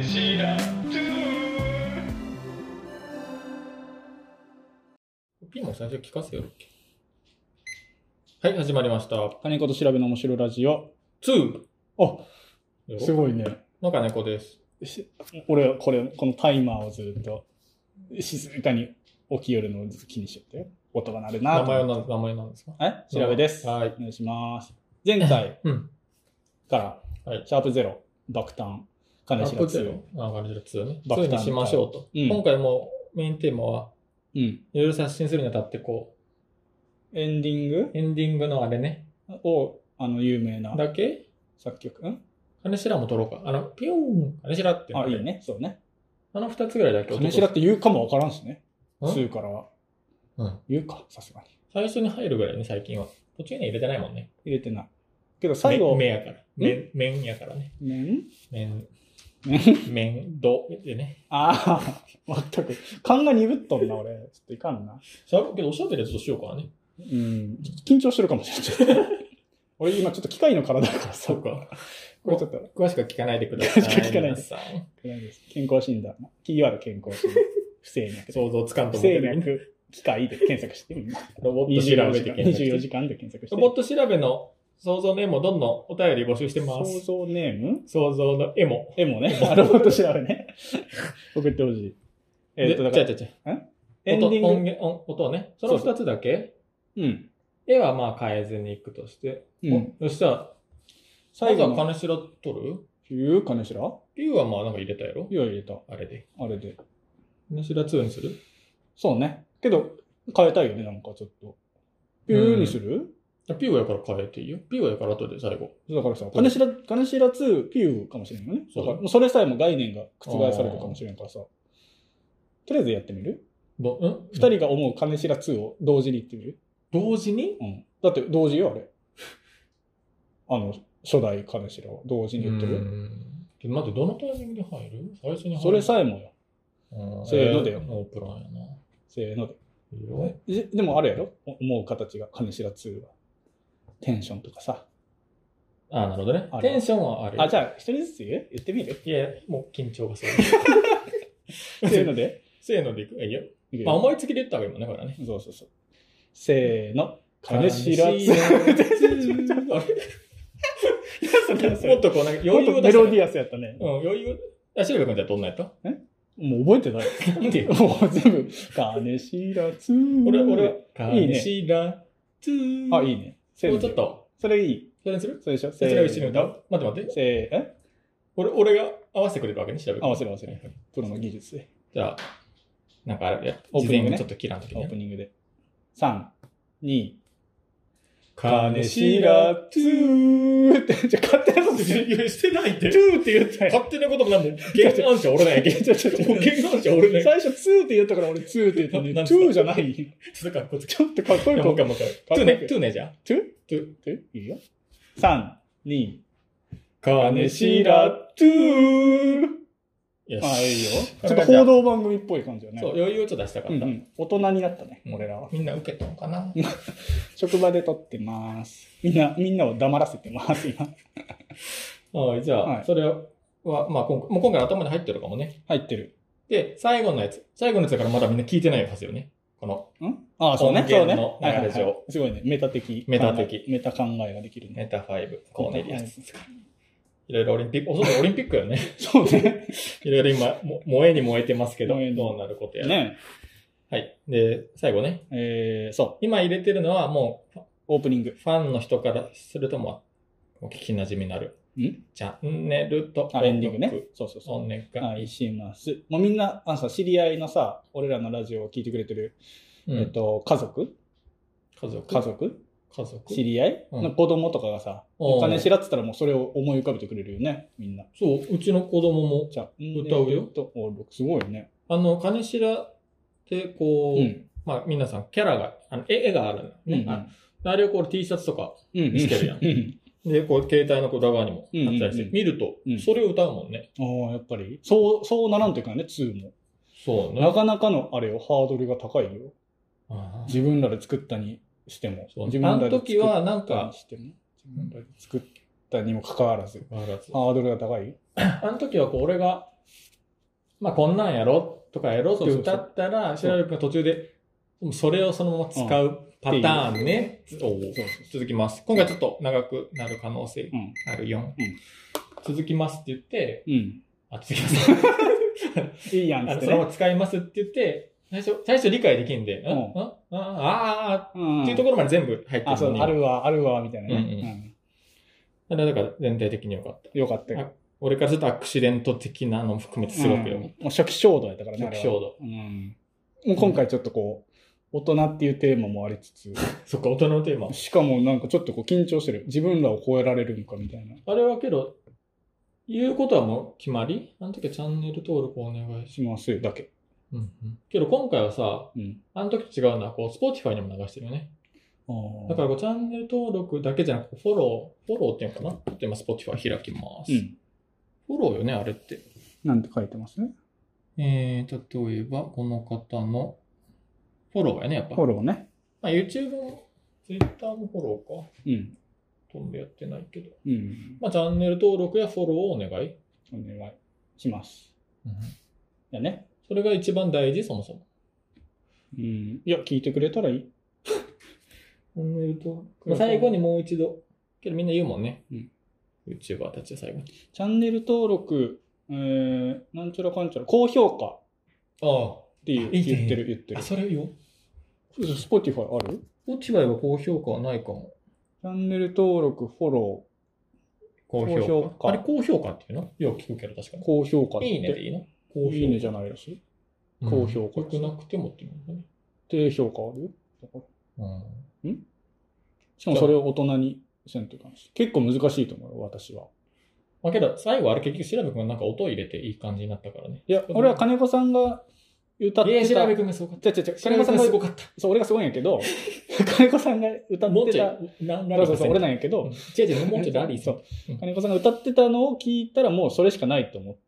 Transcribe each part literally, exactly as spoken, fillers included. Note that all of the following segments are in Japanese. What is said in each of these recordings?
知らんピンも最初聞かせよるっけ。はい、始まりました。 金子と調べの面白ラジオに。 あ、すごいね。 の金子です。 俺はこれ、このタイマーをずっと静かに起きよるのをずっと気にしちゃって。音が鳴るな。 名前は名前なんですか？ え調べです。 はい。 お願いします。前回から、 はい、 シャープゼロ、爆誕、金白ツー。 あ、金白ツーね。ツーにしましょうと。うん、今回もメインテーマは、うん、いろいろ刷新するにあたってこう、エンディングエンディングのあれね。 を、あの、有名な。 だけ作曲。ん金白も撮ろうか。あの、ピョーン金白って。 あ、いいね。そうね。 あの二つぐらいだけ。 金白って言うかもわからんしね。ツーからは。うん。言うか、さすがに。 最初に入るぐらいね、最近は。途中には入れてないもんね。 入れてない。けど最後。 目やから。麺、麺やからね。 麺麺。麺、ど、でね。 ああ、全く。勘が鈍っとんな、俺。ちょっといかんな。 さけど、おしゃべりはちょっとしようかね。 うん。緊張してるかもしれない。俺今ちょっと機械の体だからさ。 そうか。 これちょっと。 詳しくは聞かないでください。 詳しくは聞かないで。健康診断。キーワード健康診断。不整脈。 想像つかんと思ってる。不整脈。機械で検索してみんな。 ロボット調べて検索して。 にじゅうよじかんで検索して。 ロボット調べの想像の絵もどんどんお便り募集してます。 想像ネーム想像の絵も。 絵もね。ロボット調べね。送ってほしい。 えっと、だから。ちゃちゃちゃ。エンディング。音源、音ね。その二つだけうん。 絵はまあ変えずにいくとして。うん。そしたら、最後は金白取る？ ピュー金白？ ピューはまあなんか入れたやろ？ ピュー入れた。 あれで。 あれで。 金白ツーにする？ そうね。けど、変えたいよね、なんかちょっと。ピューにする？ ピューやから変えていいよ。ピューやから後で最後。 だからさ、金白、金白ツー、ピューかもしれんよね。そう。だからそれさえも概念が覆されるかもしれんからさ。とりあえずやってみる？ ど、ん？ 二人が思う金白ツーを同時に言ってみる？ 同時に？ うん。だって同時よ、あれ。あの、初代金白を同時に言ってる。 うん。待って、どのタイミングで入る？最初に入る？ それさえもよ。せーのでよ。 オープランやな。 せーので。いいよ。でもあれやろ？思う形が、金白ツーは。テンションとかさ。 ああ、なるほどね。テンションはある。 あ、じゃあ、一人ずつ言う？言ってみる？ いや、もう緊張がする。 せーのでせーのでいく？いいよ。まあ、思いつきで言った方がいいもんね、これね。 そうそうそう。せーの。金白ツー。 もっとこう、なんか余裕を出した。メロディアスやったね。 うん、余裕。あ、シルベ君じゃどんなやったえもう覚えてない。なんでもう全部、金白ツー。 俺、俺、金白ツー。 あ、いいね。 もうちょっと。 それいい。 それにする？ それでしょ？ それを一緒に歌う？待って待って。 せー、え俺、俺が合わせてくれるわけね、調べ合わせる合わせる。プロの技術で。 じゃあ、なんかあれで、 オープニングね。 ちょっと切らんときね。 オープニングで。さん、に、 金白ツーって、 じゃ勝手なことしてないって。 ツーって言ったよ。 勝手なこともなんも、原案者俺ないやけ。原案者俺ない。 最初ツーって言ったから俺ツーって言ったのに、ツーじゃない。 ちょっとかっこつちょっとかっこいい。 もう一回もう一回。ツーね、ツーねじゃ。 ツーツーツーいいよ。さん、に、 金白ツー。 よし。ああ、いいよ。ちょっと報道番組っぽい感じよね。 そう、余裕をちょっと出したかった。 大人になったね、俺らは。 みんな受けたのかな？ 職場で撮ってます。みんな、みんなを黙らせてます、今。 はい、じゃあ、それは、まあ、今回、もう今回頭に入ってるかもね。 入ってる。 で、最後のやつ。最後のやつだからまだみんな聞いてないはずよね。この。 んああ、そうね。そうね。 の流れ上。 すごいね。メタ的。 メタ的。 メタ考えができるね。 メタファイブ。コーネリアス。いろいろオリンピック、お、そうだ、オリンピックよね。 そうね。 いろいろ今、も燃えに燃えてますけど、どうなることやね。 はい。で、最後ね。 えー、そう。 今入れてるのはもう、 オープニング。 ファンの人からするともう、お聞き馴染みになる。 んチャンネルとエンディングね。そうそうそう。 お願いします。もうみんな、あのさ、知り合いのさ、俺らのラジオを聞いてくれてる、えっと、家族家族家族家族知り合いの子供とかがさ、お金知らってたらもうそれを思い浮かべてくれるよね、みんな。 そう、うちの子供も歌うよ。 すごいね。 あの、金白ってこう、まあ皆さんキャラが、あの絵があるのね。あれをこう T シャツとかしてるやん。で、こう携帯のこう裏側にも貼ったりして、見ると、それを歌うもんね。 ああ、やっぱり。そう、そうならんというかね、ツーも。そうね。なかなかのあれよ、ハードルが高いよ。自分らで作ったにしても。 自分らで作ったにしても。 自分らで作ったにもかかわらず。ハードルが高い。 あの時はこう俺がまあこんなんやろとかやろって歌ったら、調べくんが途中で、それをそのまま使うパターンね。うん、そうそう続きます。今回ちょっと長くなる可能性あるよん。うん、続きますって言って、うん、あ、続きます。いいやんって、ね。そのまま使いますって言って、最初、最初理解できんで、うん、うん、ああ、ああ、っていうところまで全部入ってるのに。あ、そう、 あるわ、あるわ、みたいなね。うんうんだから全体的に良かった。 良かったよ。 俺からするとアクシデント的なのも含めてすごく良かった。 もう初期衝動やったからね。 初期衝動。 うん。もう今回ちょっとこう、大人っていうテーマもありつつ。 そっか、大人のテーマ。 しかもなんかちょっとこう緊張してる。自分らを超えられるのかみたいな。 あれはけど、言うことはもう決まり？あの時はチャンネル登録お願いします。 だけ。 うんうん。けど今回はさ、うん、あの時と違うのは、こう、Spotify にも流してるよね。だからこうチャンネル登録だけじゃなくて、フォロー、フォローっていうのかなちょっと今 Spotify 開きます。うん。フォローよね、あれって。 なんて書いてますね。 えー、例えば、この方のフォローやね、やっぱ。 フォローね。 まあ、YouTube も、Twitter もフォローか。うん。ほとんどやってないけど。うん。まあ、チャンネル登録やフォローをお願い。 お願いします。うん。やね。 それが一番大事、そもそも。 うん。いや、聞いてくれたらいい。 チャンネル登録。最後にもう一度。けどみんな言うもんね。うん。YouTuber たちは最後に。 チャンネル登録、えー、なんちゃらかんちゃら、高評価。 ああ。 って言ってる、言ってる。 あ、それよ。 Spotify ある？ Spotify は高評価はないかも。 チャンネル登録、フォロー。高評価。あれ高評価っていうの？よく聞くけど確かに。 高評価って。 いいねでいいの？ 高評価。いいねじゃないらしい。高評価。 よくなくてもっていうのね。 低評価あるよ。うん。ん？しかもそれを大人にせんという感じ。結構難しいと思うよ、私は。 まあけど、最後あれ結局、調べくんがなんか音入れていい感じになったからね。 いや、俺は金子さんが歌ってた。 いや、調べくんがすごかった。 違う違う違う。金子さんがすごかった。 そう、俺がすごいんやけど、金子さんが歌ってた。そうそうそう、俺なんやけど。 違う違う、もうちょっとラリーそう。金子さんが歌ってたのを聞いたらもうそれしかないと思って、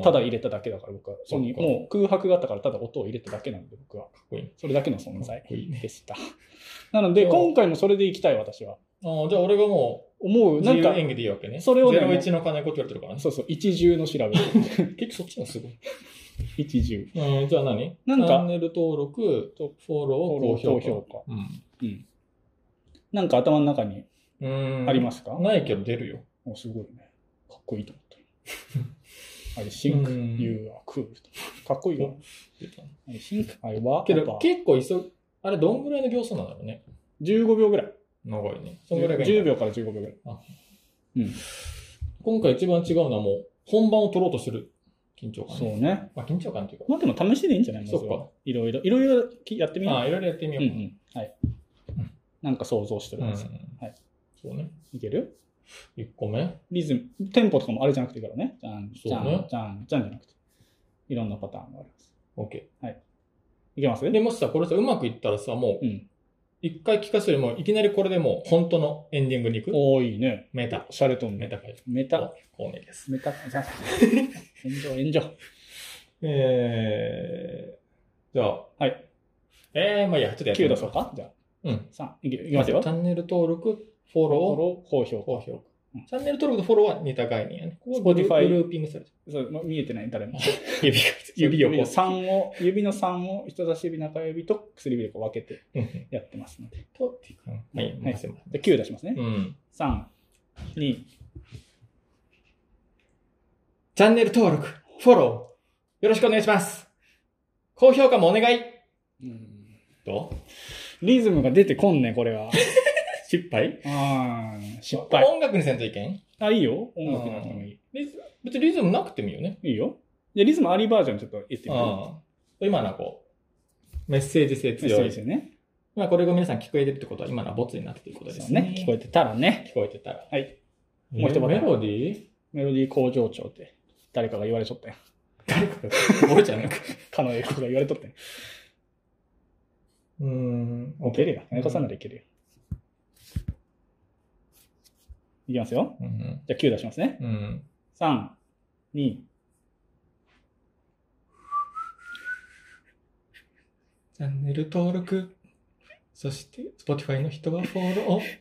ただ入れただけだから僕は。そこにもう空白があったからただ音を入れただけなんで僕は。かっこいい。それだけの存在でした。なので、今回もそれでいきたい、私は。 ああ、じゃあ俺がもう、思う、なんか、演技でいいわけね。それをね、ゼロイチの金子って言われてるからね。 そうそう、一重の調べ。 結構そっちのすごい。 一重。 うん、じゃあ何？なんか、チャンネル登録、フォロー、高評価。評価。うん。 うん。なんか頭の中に、ありますか？ ないけど出るよ。 お、すごいね。かっこいいと思った。あれ、think you are cool。かっこいいよ。I think I was。 けど、結構急ぐ。あれ、どんぐらいの行数なんだろうね。 じゅうごびょうぐらい。 長いね。 そのぐらいがいい。じゅうびょうからじゅうごびょうぐらい。あ、 うん。今回一番違うのはもう、本番を取ろうとする緊張感、 ね。そうね。 まあ緊張感っていうか。 まあでも試しでいいんじゃない？ そっか。 いろいろ、いろいろやってみよう。 ああ、いろいろやってみよう。うんうん。 はい。うん、なんか想像してるんです。うん、はい。 そうね。 いける？ いっこめ。 リズム、テンポとかもあれじゃなくていいからね。じゃん、じゃん、じゃん、じゃんじゃなくて。いろんなパターンがあります。 OK。 はい。いけます？ でもさ、これさ、うまくいったらさ、もう、うん。一回聞かせるもいきなりこれでもう本当のエンディングに行く。 おー、いいね。 メタ。 シャレとんメタ会。 メタ。 コーネです。 メタ。じゃあ、炎上、炎上。 えー、じゃあ。 はい。 えー、まあいいや、ちょっとやってきゅう出そうかじゃあ。 うん。 さん、いきますよ。 チャンネル登録、フォロー、 フォロー、高評価。 高評価。チャンネル登録とフォローは似た概念やね。 スポティファイ。 グルーピングされてる。そう、見えてない、誰も。 指が、指をこう。 さんを、指のさんを人差し指、中指と薬指でこう分けてやってますので。 と、っていうか、はい、 はい。じゃあきゅう出しますね。 うん。 さん、に。 チャンネル登録、フォロー、よろしくお願いします。高評価もお願い。うん。どう？リズムが出てこんね、これは。 失敗？ ああ、失敗。 音楽にせんといけん？ あ、いいよ。音楽なんてもいい。 別にリズムなくてもいいよね。 いいよ。じゃリズムありバージョンちょっと言ってみよう。今のはこう、メッセージ性強い。 メッセージ性ね。 まあこれが皆さん聞こえてるってことは今のはボツになっていることですね。 ね。聞こえてたらね。 聞こえてたら。 はい。 もう一言。メロディー？ メロディー向上長って誰かが言われちゃったよ。 誰かが覚えちゃうのか。 かの英語が言われとったよ。 うーん。 いけるよ。金子さんならいけるよ。いきますよ。 うん、 じゃあきゅう出しますね。 うん、 さん、に。 チャンネル登録。そして、Spotify の人はフォロー。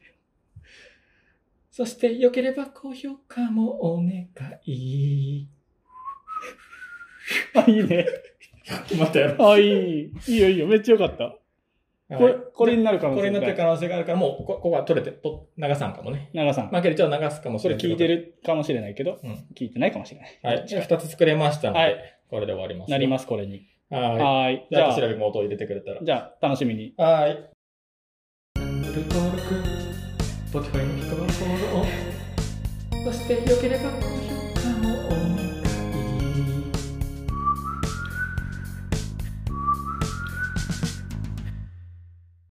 そして、良ければ高評価もお願い。 あ、いいね。 またやろ。 あ、いい。いいよいいよ。めっちゃよかった。これ、これになる可能性これになってる可能性があるから、もう、ここは取れて、と流さんかもね。 流さん。 まあ、けどちょっと流すかもしれない。 それ聞いてるかもしれないけど、うん、聞いてないかもしれない。 はい。じゃあ二つ作れましたので、はい、これで終わります。 なります、これに。 はい。 はい。 じゃあ、調べも音を入れてくれたら。 じゃあ、楽しみに。 はい。登録、Spotify の人はフォロー。そして、良ければ高評価も。